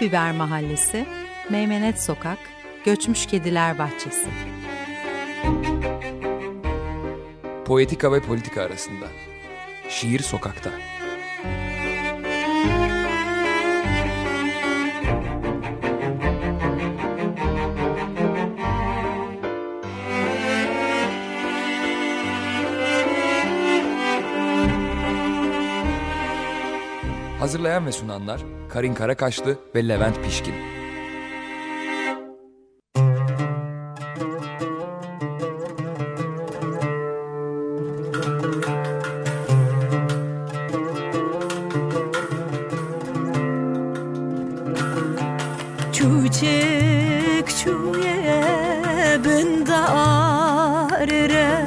Biber Mahallesi, Meymenet Sokak, Göçmüş Kediler Bahçesi. Poetika ve politika arasında. Şiir sokakta. Hazırlayan ve sunanlar Karin Karakaşlı ve Levent Pişkin. Çuçek çuye bindare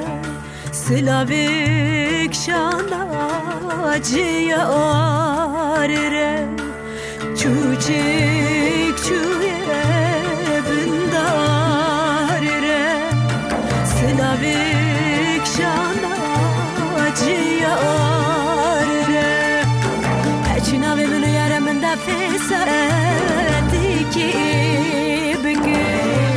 Slavik şanda ciyare Çuçek çuye bindare Slavik şanda ciyare Eçina ve bunu yaramında fesedi ki bugün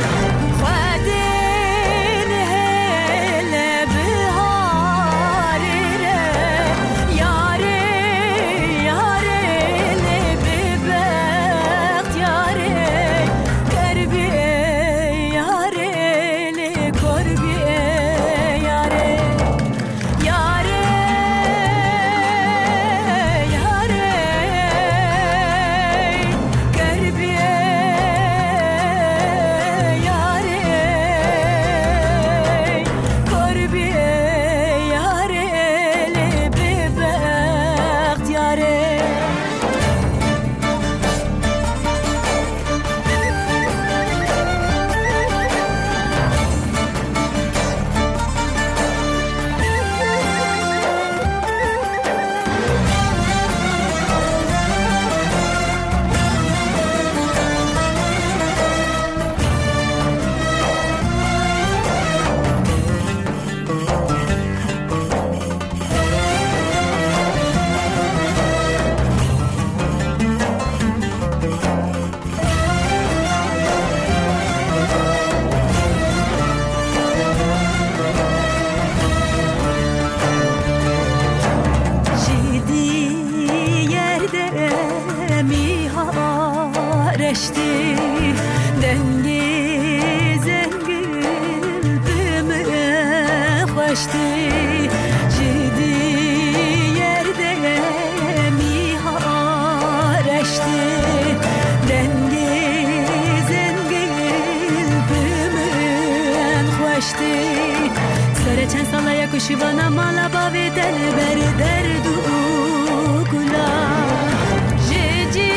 Şivana mala bavi delber derdu kula Jeci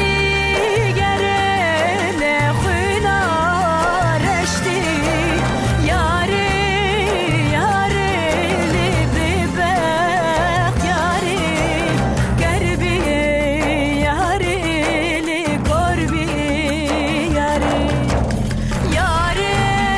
gerele khuna reşti Yare yare li bebek yare Gerbi yare li korbi yare Yare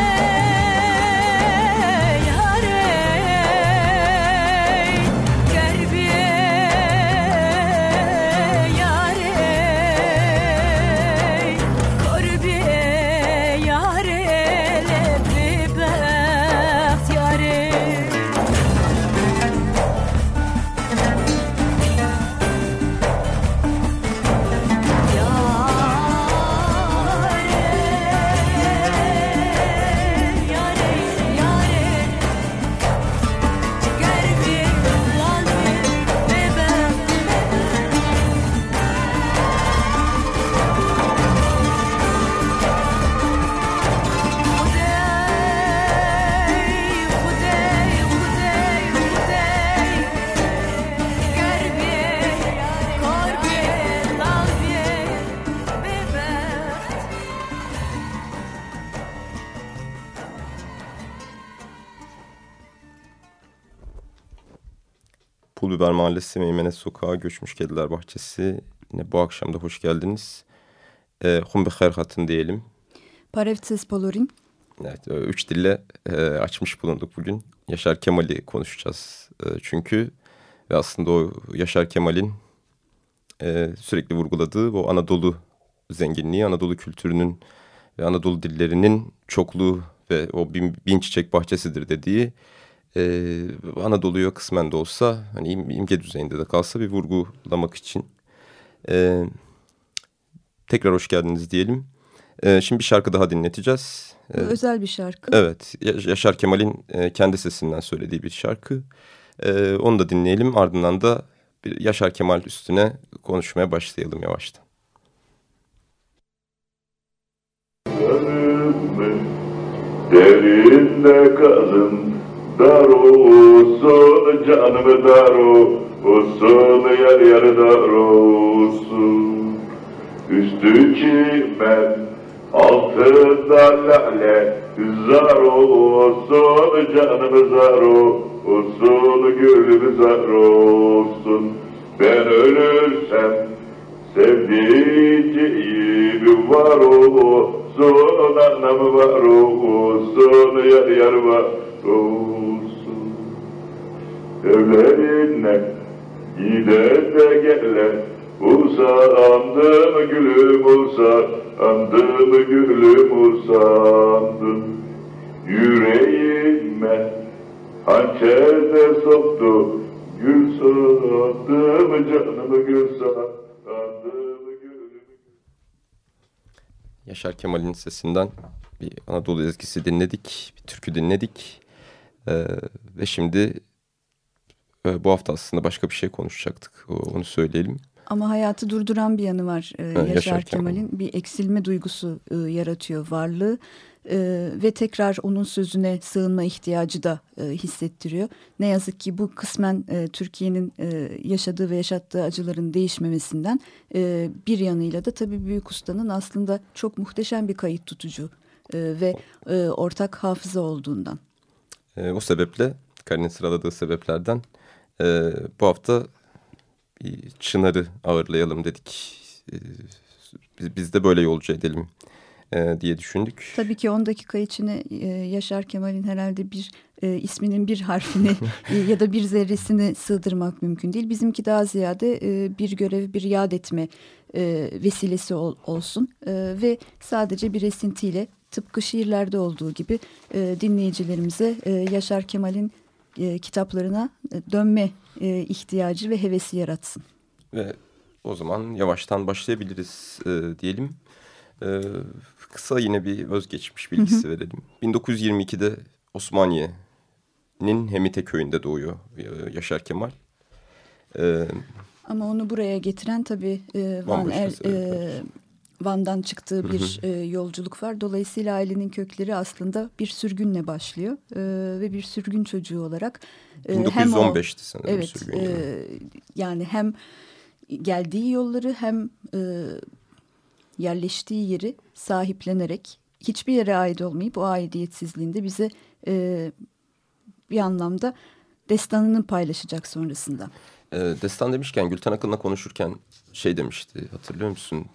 Pul Biber Mahallesi, Meymenet Sokağı, Göçmüş Kediler Bahçesi. Yine bu akşam da hoş geldiniz. Hum bixer hatın diyelim. Parevtsiz Polorin. Evet, 3 dille açmış bulunduk bugün. Yaşar Kemal'i konuşacağız. Çünkü ve aslında o Yaşar Kemal'in sürekli vurguladığı o Anadolu zenginliği, Anadolu kültürünün ve Anadolu dillerinin çokluğu ve o bin çiçek bahçesidir dediği Anadolu'ya kısmen de olsa hani imge düzeyinde de kalsa bir vurgulamak için tekrar hoş geldiniz diyelim. Şimdi bir şarkı daha dinleteceğiz. Özel bir şarkı. Evet, Yaşar Kemal'in kendi sesinden söylediği bir şarkı. Onu da dinleyelim, ardından da bir Yaşar Kemal üstüne konuşmaya başlayalım yavaştan. Derinde kalın dar olsun, canımı dar olsun, yer yer dar olsun. Üstü çimen altında lale zar olsun, canımı zar olsun, gülüm zar olsun. Ben ölürsem sevdiceğim var olsun, annem var olsun, yar yar var olsun. Evlerinden gider de gelir, usandım gülüm usandım, gülüm usandım. Yüreğime hançer de soktu, gül sandım, canımı gül sandım. Yaşar Kemal'in sesinden bir Anadolu ezgisi dinledik, bir türkü dinledik. Ve şimdi bu hafta aslında başka bir şey konuşacaktık, onu söyleyelim. Ama hayatı durduran bir yanı var Yaşar Kemal'in. Bir eksilme duygusu yaratıyor varlığı ve tekrar onun sözüne sığınma ihtiyacı da hissettiriyor. Ne yazık ki bu kısmen Türkiye'nin yaşadığı ve yaşattığı acıların değişmemesinden, bir yanıyla da tabii büyük ustanın aslında çok muhteşem bir kayıt tutucu ve ortak hafıza olduğundan. O sebeple, Karin'in sıraladığı sebeplerden bu hafta Çınar'ı ağırlayalım dedik. Biz de böyle yolcu edelim diye düşündük. Tabii ki 10 dakika içine Yaşar Kemal'in herhalde bir isminin bir harfini ya da bir zerresini sığdırmak mümkün değil. Bizimki daha ziyade bir görev, bir yad etme vesilesi olsun ve sadece bir esintiyle, tıpkı şiirlerde olduğu gibi dinleyicilerimize Yaşar Kemal'in kitaplarına dönme ihtiyacı ve hevesi yaratsın. Ve o zaman yavaştan başlayabiliriz diyelim. Kısa yine bir özgeçmiş bilgisi verelim. 1922'de Osmaniye'nin Hemite köyünde doğuyor Yaşar Kemal. Ama onu buraya getiren tabii Van'dan çıktığı bir yolculuk var. Dolayısıyla ailenin kökleri aslında bir sürgünle başlıyor ve bir sürgün çocuğu olarak 1915'ti sanırım, evet, sürgün. Yani hem geldiği yolları hem yerleştiği yeri sahiplenerek, hiçbir yere ait olmayıp o aidiyetsizliğinde bize bir anlamda destanını paylaşacak sonrasında. Destan demişken Gülten Akın'la konuşurken şey demişti, hatırlıyor musun?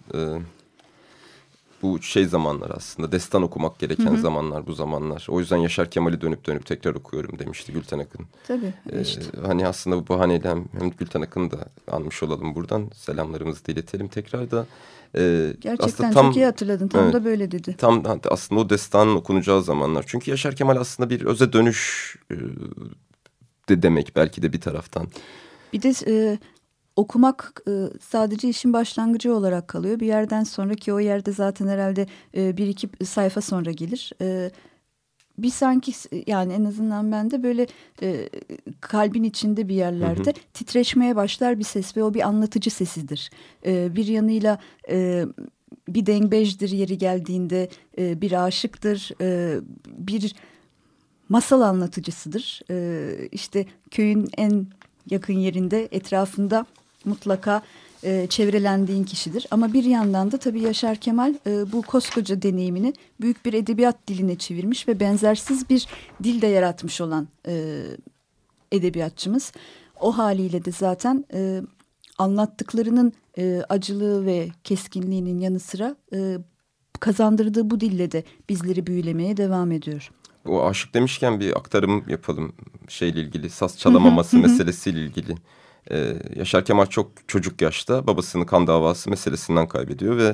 Bu zamanlar aslında, destan okumak gereken zamanlar bu zamanlar. O yüzden Yaşar Kemal'i dönüp dönüp tekrar okuyorum demişti Gülten Akın. Tabii işte. Hani aslında bu bahaneyle hem Gülten Akın'ı da anmış olalım buradan. Selamlarımızı da iletelim tekrar da. Gerçekten çok iyi hatırladın. Tam evet, da böyle dedi. Tam aslında o destanın okunacağı zamanlar. Çünkü Yaşar Kemal aslında bir öze dönüş de demek belki de bir taraftan. Bir de okumak sadece işin başlangıcı olarak kalıyor. Bir yerden sonra, ki o yerde zaten herhalde bir iki sayfa sonra gelir. Bir sanki, yani en azından bende böyle kalbin içinde bir yerlerde titreşmeye başlar bir ses ve o bir anlatıcı sesidir. Bir yanıyla bir dengbejdir yeri geldiğinde, bir aşıktır, bir masal anlatıcısıdır. İşte köyün en yakın yerinde, etrafında mutlaka çevrelendiğin kişidir. Ama bir yandan da tabii Yaşar Kemal bu koskoca deneyimini büyük bir edebiyat diline çevirmiş ve benzersiz bir dil de yaratmış olan edebiyatçımız. O haliyle de zaten anlattıklarının acılığı ve keskinliğinin yanı sıra kazandırdığı bu dille de bizleri büyülemeye devam ediyor. O aşık demişken bir aktarım yapalım şeyle ilgili, saz çalamaması meselesiyle ilgili. Yaşar Kemal çok çocuk yaşta babasını kan davası meselesinden kaybediyor ve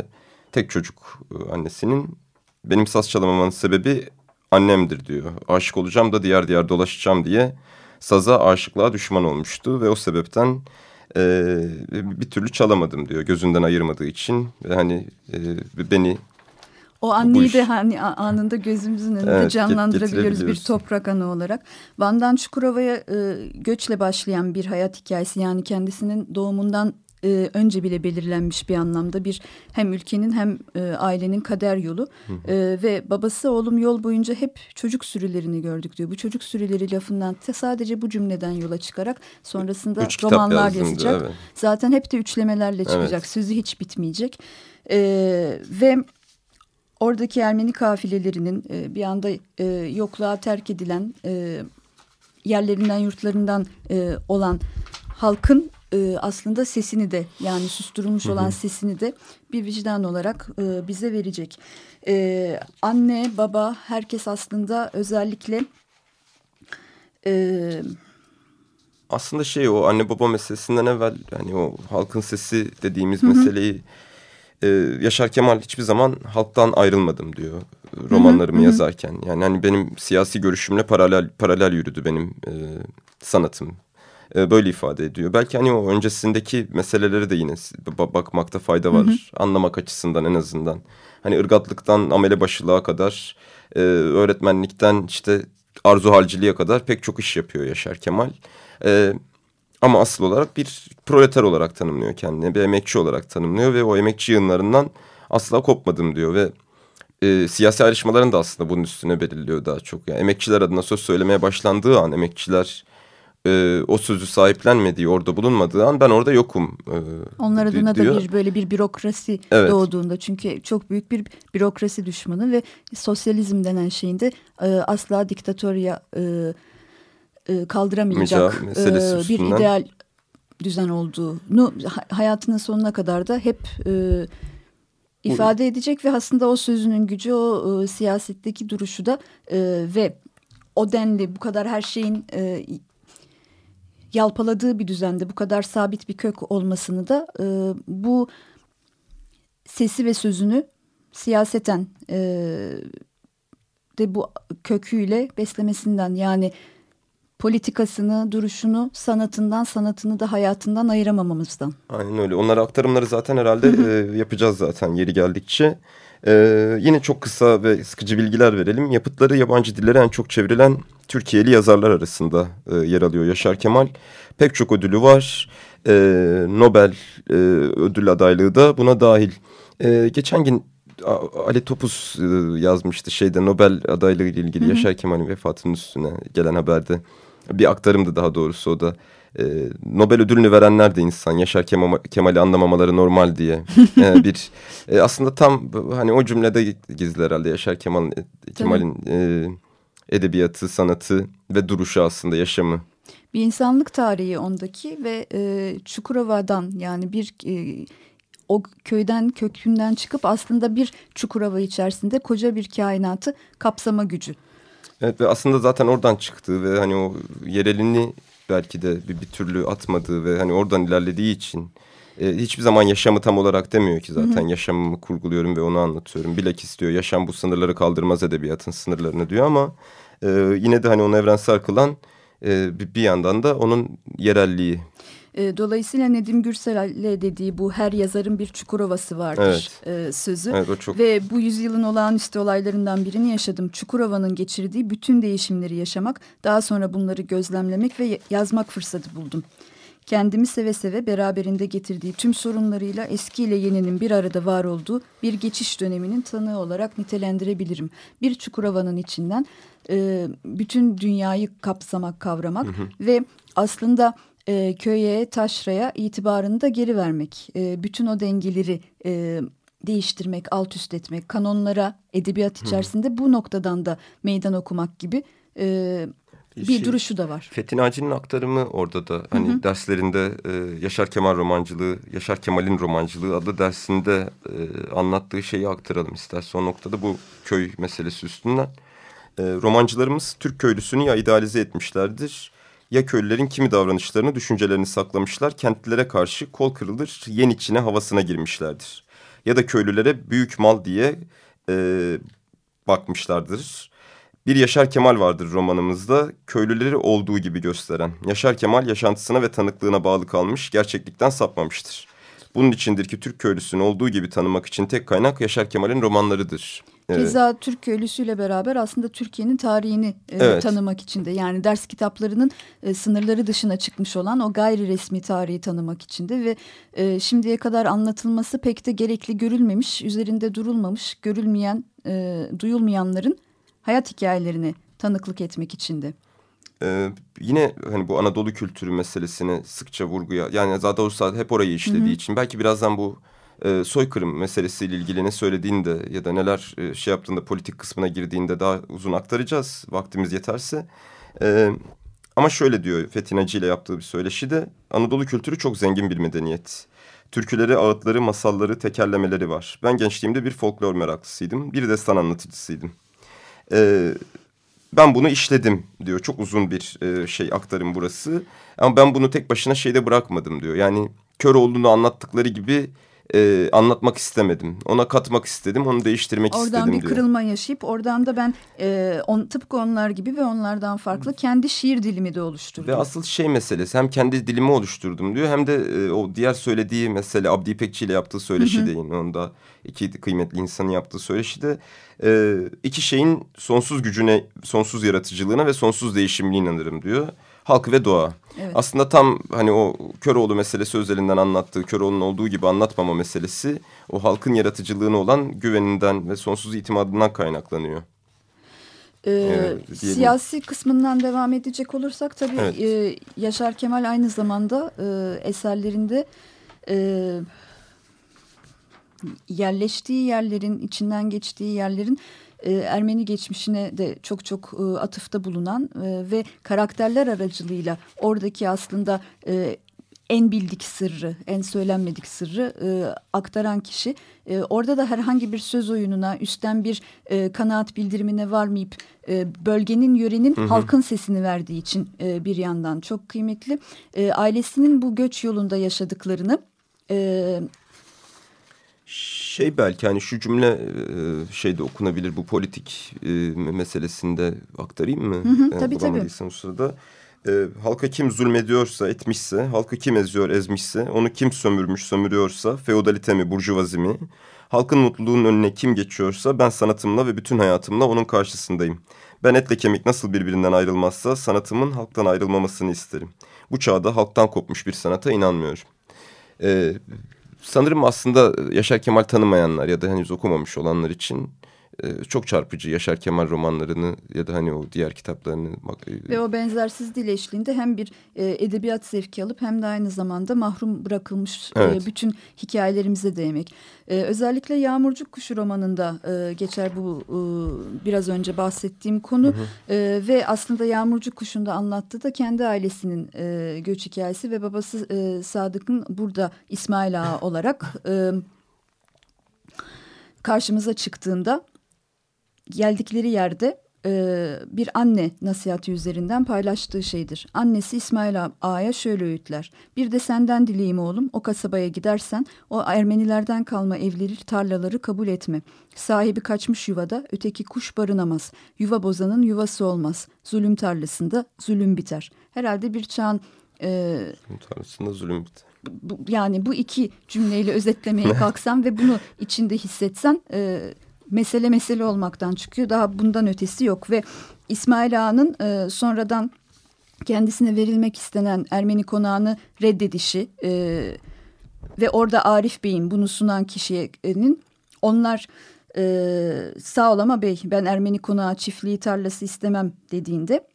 tek çocuk annesinin. Benim saz çalamamamın sebebi annemdir diyor. Aşık olacağım da diyar diyar dolaşacağım diye saza, aşıklığa düşman olmuştu. Ve o sebepten bir türlü çalamadım diyor. Gözünden ayırmadığı için. Ve hani beni... O anneyi de hani anında gözümüzün önünde canlandırabiliyoruz bir toprak anı olarak. Van'dan Çukurova'ya göçle başlayan bir hayat hikayesi. Yani kendisinin doğumundan önce bile belirlenmiş bir anlamda bir hem ülkenin hem ailenin kader yolu. Ve babası oğlum yol boyunca hep çocuk sürülerini gördük diyor. Bu çocuk sürüleri lafından sadece bu cümleden yola çıkarak sonrasında romanlar yazacak. Evet. Zaten hep de üçlemelerle çıkacak. Evet. Sözü hiç bitmeyecek. Ve oradaki Ermeni kafilelerinin bir anda yokluğa terk edilen yerlerinden yurtlarından olan halkın aslında sesini de yani susturulmuş olan sesini de bir vicdan olarak bize verecek. Anne, baba, herkes aslında özellikle aslında o anne baba meselesinden evvel hani o halkın sesi dediğimiz meseleyi Yaşar Kemal hiçbir zaman halktan ayrılmadım diyor romanlarımı yazarken. Yani hani benim siyasi görüşümle paralel yürüdü benim sanatım. Böyle ifade ediyor. Belki hani o öncesindeki meseleleri de yine bakmakta fayda var. Anlamak açısından en azından. Hani ırgatlıktan amelebaşılığa kadar, öğretmenlikten işte arzu halciliğe kadar pek çok iş yapıyor Yaşar Kemal. Ama asıl olarak bir proleter olarak tanımlıyor kendini. Bir emekçi olarak tanımlıyor ve o emekçi yığınlarından asla kopmadım diyor. Ve siyasi ayrışmaların da aslında bunun üstüne belirliyor daha çok. Yani emekçiler adına söz söylemeye başlandığı an, emekçiler o sözü sahiplenmediği, orada bulunmadığı an ben orada yokum. Onlar adına diyor. Da böyle bir bürokrasi doğduğunda. Çünkü çok büyük bir bürokrasi düşmanı ve sosyalizm denen şeyin de asla diktatörya kaldıramayacak bir ideal düzen olduğunu hayatının sonuna kadar da hep ifade edecek ve aslında o sözünün gücü, o siyasetteki duruşu da ve o denli bu kadar her şeyin yalpaladığı bir düzende bu kadar sabit bir kök olmasını da bu sesi ve sözünü siyaseten de bu köküyle beslemesinden, yani politikasını, duruşunu, sanatını da hayatından ayıramamamızdan. Aynen öyle. Onlara aktarımları zaten herhalde yapacağız zaten yeri geldikçe. Yine çok kısa ve sıkıcı bilgiler verelim. Yapıtları yabancı dillere en çok çevrilen Türkiye'li yazarlar arasında yer alıyor Yaşar Kemal. Pek çok ödülü var. Nobel ödül adaylığı da buna dahil. Geçen gün Ali Topuz yazmıştı Nobel adaylığı ile ilgili Yaşar Kemal'in vefatının üstüne gelen haberde. Bir aktarımdı daha doğrusu o da. Nobel ödülünü verenler de insan. Yaşar Kemal'i anlamamaları normal diye. Aslında tam hani o cümlede gizli herhalde Yaşar Kemal'in edebiyatı, sanatı ve duruşu aslında, yaşamı. Bir insanlık tarihi ondaki ve Çukurova'dan yani bir o kökünden çıkıp aslında bir Çukurova içerisinde koca bir kainatı kapsama gücü. Evet ve aslında zaten oradan çıktığı ve hani o yerelini belki de bir türlü atmadığı ve hani oradan ilerlediği için hiçbir zaman yaşamı tam olarak demiyor ki zaten. Yaşamımı kurguluyorum ve onu anlatıyorum. Bilakis diyor yaşam bu sınırları kaldırmaz, edebiyatın sınırlarını diyor ama yine de hani onu evrensel kılan bir yandan da onun yerelliği. Dolayısıyla Nedim Gürsel'le dediği bu her yazarın bir Çukurova'sı vardır sözü. Evet, o çok... Ve bu yüzyılın olağanüstü olaylarından birini yaşadım. Çukurova'nın geçirdiği bütün değişimleri yaşamak, daha sonra bunları gözlemlemek ve yazmak fırsatı buldum. Kendimi seve seve beraberinde getirdiği tüm sorunlarıyla eski ile yeninin bir arada var olduğu bir geçiş döneminin tanığı olarak nitelendirebilirim. Bir Çukurova'nın içinden bütün dünyayı kapsamak, kavramak ve aslında köye, taşraya itibarını da geri vermek. Bütün o dengeleri değiştirmek, alt üst etmek, kanonlara, edebiyat içerisinde bu noktadan da meydan okumak gibi bir duruşu da var. Fethi Naci'nin aktarımı orada da hani derslerinde Yaşar Kemal romancılığı, Yaşar Kemal'in romancılığı adlı dersinde anlattığı şeyi aktaralım istersen. O noktada bu köy meselesi üstünden. Romancılarımız Türk köylüsünü ya idealize etmişlerdir, ya köylülerin kimi davranışlarını, düşüncelerini saklamışlar, kentlilere karşı kol kırılır, yen içine havasına girmişlerdir. ya da köylülere büyük mal diye bakmışlardır. Bir Yaşar Kemal vardır romanımızda, köylüleri olduğu gibi gösteren. Yaşar Kemal yaşantısına ve tanıklığına bağlı kalmış, gerçeklikten sapmamıştır. Bunun içindir ki Türk köylüsünü olduğu gibi tanımak için tek kaynak Yaşar Kemal'in romanlarıdır. Keza Türk köylüsüyle beraber aslında Türkiye'nin tarihini tanımak için de, yani ders kitaplarının sınırları dışına çıkmış olan o gayri resmi tarihi tanımak için de ve şimdiye kadar anlatılması pek de gerekli görülmemiş, üzerinde durulmamış, görülmeyen, duyulmayanların hayat hikayelerini tanıklık etmek için de. Yine hani bu Anadolu kültürü meselesine sıkça vurguya, yani zaten olursa hep orayı işlediği için belki birazdan bu soykırım meselesiyle ilgili ne söylediğinde ya da neler şey yaptığında, politik kısmına girdiğinde daha uzun aktaracağız vaktimiz yeterse. Ama şöyle diyor Fethi Naci ile yaptığı bir söyleşide, Anadolu kültürü çok zengin bir medeniyet. Türküleri, ağıtları, masalları, tekerlemeleri var. Ben gençliğimde bir folklor meraklısıydım, bir destan anlatıcısıydım. Ben bunu işledim diyor. Çok uzun bir aktarım burası. Ama ben bunu tek başına şeyde bırakmadım diyor. Yani Köroğlu'nu anlattıkları gibi anlatmak istemedim. Ona katmak istedim, onu değiştirmek istedim diyor. Oradan bir kırılma yaşayıp oradan da ben tıpkı onlar gibi ve onlardan farklı kendi şiir dilimi de oluşturdum. Ve asıl şey meselesi, hem kendi dilimi oluşturdum diyor, hem de o diğer söylediği mesele Abdi İpekçi ile yaptığı söyleşi de yine onda iki kıymetli insanın yaptığı söyleşi de iki şeyin sonsuz gücüne, sonsuz yaratıcılığına ve sonsuz değişimliğine inanırım diyor. Halk ve doğa. Evet. Aslında tam hani o Köroğlu meselesi özelinden anlattığı, Köroğlu'nun olduğu gibi anlatmama meselesi o halkın yaratıcılığına olan güveninden ve sonsuz itimadından kaynaklanıyor. Siyasi kısmından devam edecek olursak tabii evet. Yaşar Kemal aynı zamanda eserlerinde yerleştiği yerlerin, içinden geçtiği yerlerin Ermeni geçmişine de çok atıfta bulunan ve karakterler aracılığıyla oradaki aslında en bildik sırrı, en söylenmedik sırrı aktaran kişi. Orada da herhangi bir söz oyununa, üstten bir kanaat bildirimine varmayıp bölgenin, yörenin, halkın sesini verdiği için bir yandan çok kıymetli. Ailesinin bu göç yolunda yaşadıklarını... belki hani şu cümle şeyde okunabilir, bu politik meselesinde aktarayım mı? Tabii. O sırada. Halka kim zulmediyorsa, etmişse, halkı kim eziyor, ezmişse, onu kim sömürmüş, sömürüyorsa, feodalite mi, burjuvazi mi? Halkın mutluluğunun önüne kim geçiyorsa, ben sanatımla ve bütün hayatımla onun karşısındayım. Ben etle kemik nasıl birbirinden ayrılmazsa, sanatımın halktan ayrılmamasını isterim. Bu çağda halktan kopmuş bir sanata inanmıyorum. Sanırım aslında Yaşar Kemal tanımayanlar ya da henüz okumamış olanlar için çok çarpıcı Yaşar Kemal romanlarını ya da hani o diğer kitaplarını. Ve o benzersiz dil eşliğinde hem bir edebiyat zevki alıp hem de aynı zamanda mahrum bırakılmış bütün hikayelerimize değmek. Özellikle Yağmurcuk Kuşu romanında geçer bu biraz önce bahsettiğim konu. Ve aslında Yağmurcuk Kuşu'nda anlattığı da kendi ailesinin göç hikayesi ve babası Sadık'ın burada İsmail Ağa olarak karşımıza çıktığında geldikleri yerde bir anne nasihati üzerinden paylaştığı şeydir. Annesi İsmail Ağa'ya şöyle öğütler. Bir de senden dileğim oğlum, o kasabaya gidersen o Ermenilerden kalma evleri, tarlaları kabul etme. Sahibi kaçmış yuvada öteki kuş barınamaz. Yuva bozanın yuvası olmaz. Zulüm tarlasında zulüm biter. Herhalde bir çağın... Zulüm tarlasında zulüm biter. Yani bu iki cümleyle özetlemeye kalksam ve bunu içinde hissetsen... mesele olmaktan çıkıyor. Daha bundan ötesi yok ve İsmail Ağa'nın sonradan kendisine verilmek istenen Ermeni konağını reddedişi ve orada Arif Bey'in bunu sunan kişinin onlar sağ ol ama bey ben Ermeni konağı çiftliği tarlası istemem dediğinde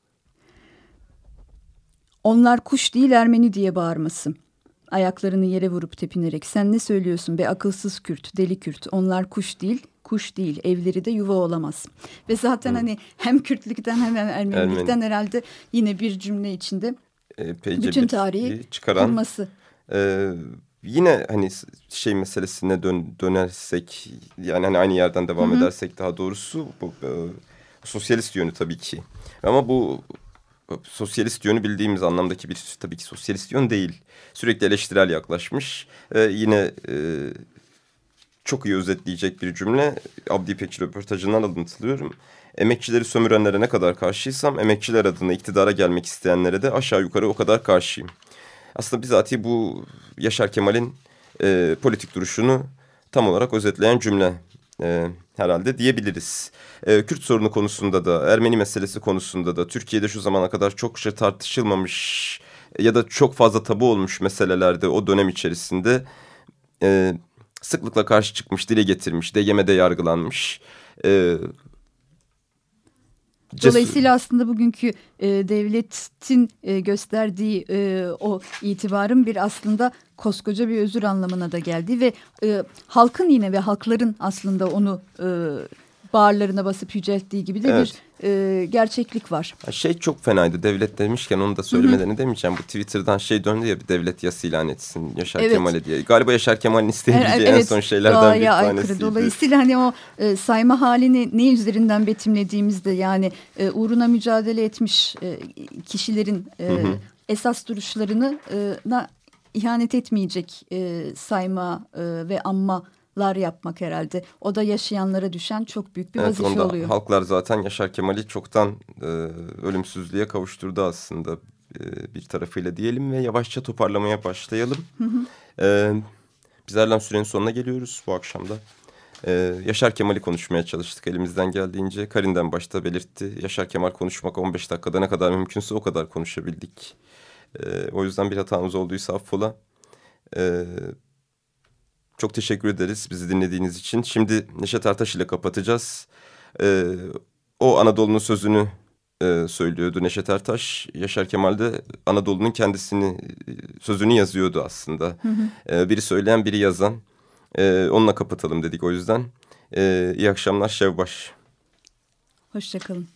onlar kuş değil Ermeni diye bağırması. Ayaklarını yere vurup tepinerek sen ne söylüyorsun be akılsız Kürt, deli Kürt. Onlar kuş değil, evleri de yuva olamaz. Ve zaten hani hem Kürtlükten hem Ermenilikten herhalde yine bir cümle içinde bütün tarihi kurması. Yine hani şey meselesine dönersek yani hani aynı yerden devam edersek daha doğrusu bu sosyalist yönü tabii ki. Ama bu sosyalist yönü bildiğimiz anlamdaki bir tabii ki sosyalist yön değil. Sürekli eleştirel yaklaşmış. Yine çok iyi özetleyecek bir cümle. Abdi İpekçi röportajından alıntılıyorum. Emekçileri sömürenlere ne kadar karşıysam emekçiler adına iktidara gelmek isteyenlere de aşağı yukarı o kadar karşıyım. Aslında bizatihi bu Yaşar Kemal'in politik duruşunu tam olarak özetleyen cümle herhalde diyebiliriz. Kürt sorunu konusunda da, Ermeni meselesi konusunda da, Türkiye'de şu zamana kadar çokça tartışılmamış ya da çok fazla tabu olmuş meselelerde o dönem içerisinde sıklıkla karşı çıkmış, dile getirmiş, DGM'de yargılanmış. Dolayısıyla aslında bugünkü devletin gösterdiği o itibarın bir aslında koskoca bir özür anlamına da geldi ve halkın yine ve halkların aslında onu bağırlarına basıp yücelttiği gibi de bir gerçeklik var. Şey çok fenaydı, devlet demişken onu da söylemeden demeyeceğim. Bu Twitter'dan döndü ya, bir devlet yası ilan etsin Yaşar Kemal'e diye. Galiba Yaşar Kemal'in isteyebileceği en son şeylerden bir tanesiydi. Aykırı. Dolayısıyla hani o sayma halini ne üzerinden betimlediğimizde, yani uğruna mücadele etmiş kişilerin esas duruşlarına ihanet etmeyecek sayma ve anmalar yapmak herhalde. O da yaşayanlara düşen çok büyük bir vazife oluyor. Halklar zaten Yaşar Kemal'i çoktan ölümsüzlüğe kavuşturdu aslında bir tarafıyla diyelim ve yavaşça toparlamaya başlayalım. Biz Erlem sürenin sonuna geliyoruz bu akşamda. Yaşar Kemal'i konuşmaya çalıştık elimizden geldiğince. Karin'den başta belirtti. Yaşar Kemal konuşmak 15 dakikada ne kadar mümkünse o kadar konuşabildik. O yüzden bir hatamız olduysa affola. Çok teşekkür ederiz bizi dinlediğiniz için. Şimdi Neşet Ertaş ile kapatacağız. O Anadolu'nun sözünü söylüyordu Neşet Ertaş. Yaşar Kemal de Anadolu'nun sözünü yazıyordu aslında. Biri söyleyen, biri yazan. Onunla kapatalım dedik o yüzden. İyi akşamlar Şevbaş. Hoşçakalın.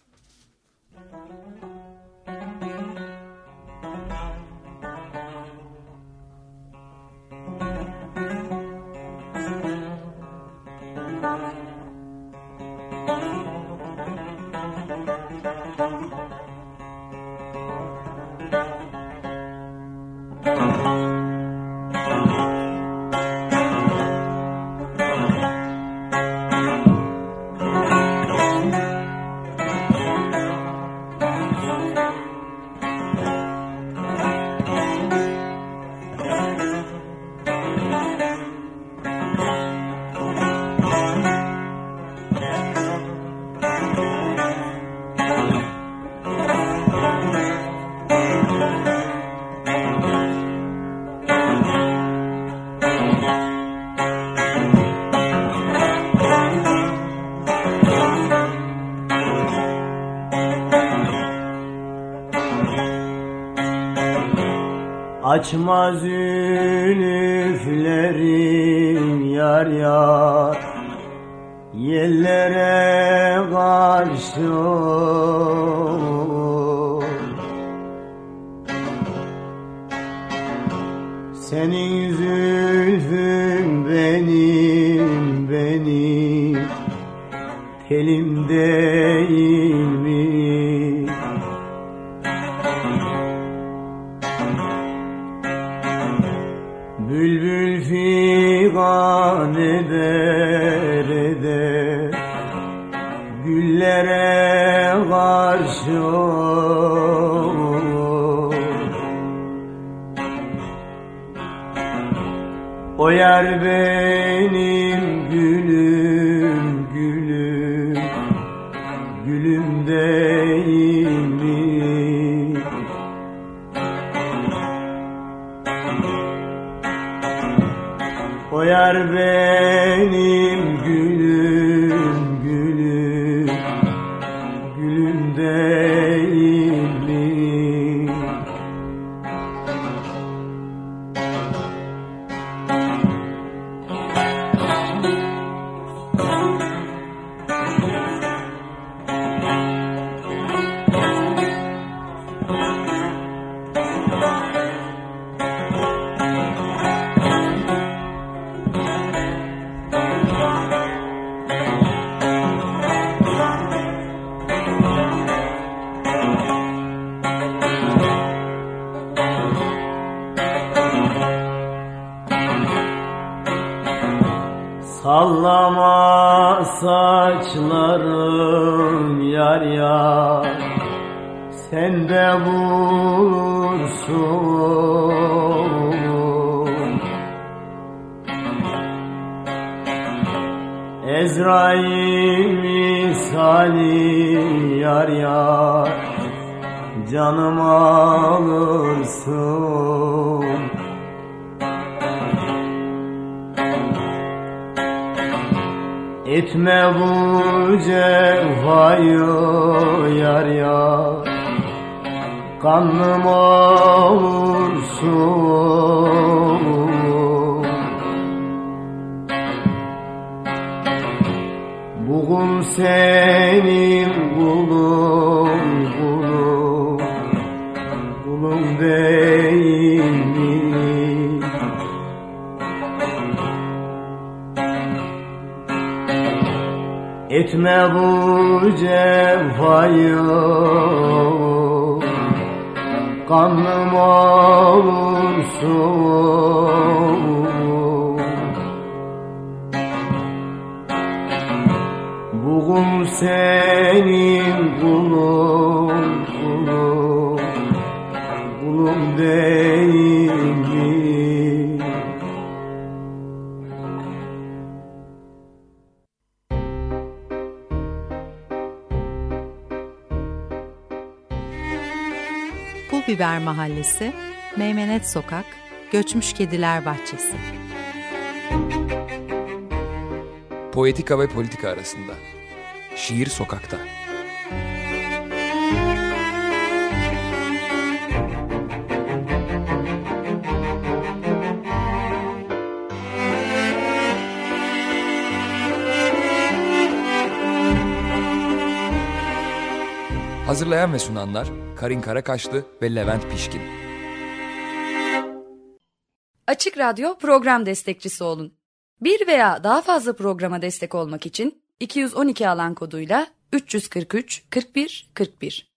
Açma zülüflerim yar yar, yellere karşı senin zülfün benim telim değil mi? Bülbül figan eder güllere karşı o yer benim gülüm değil mi? O yer benim gülüm değil mi? Sallama saçlarım yar yar, sen de bulursun. Ezrail misali yar yar, canımı alırsın. Etme bu cefayı yar yar, kanım olursun. Bugün senin kulun, kulun değil mi? Etme bu cefayı, kanım olursun. Bugün senin kulun, kulun değil mi? Pulbiber Mahallesi, Meymenet Sokak, Göçmüş Kediler Bahçesi. Poetika ve politika arasında. Şiir sokakta. Hazırlayan ve sunanlar Karin Karakaşlı ve Levent Pişkin. Açık Radyo program destekçisi olun. Bir veya daha fazla programa destek olmak için 212 alan koduyla 343 41 41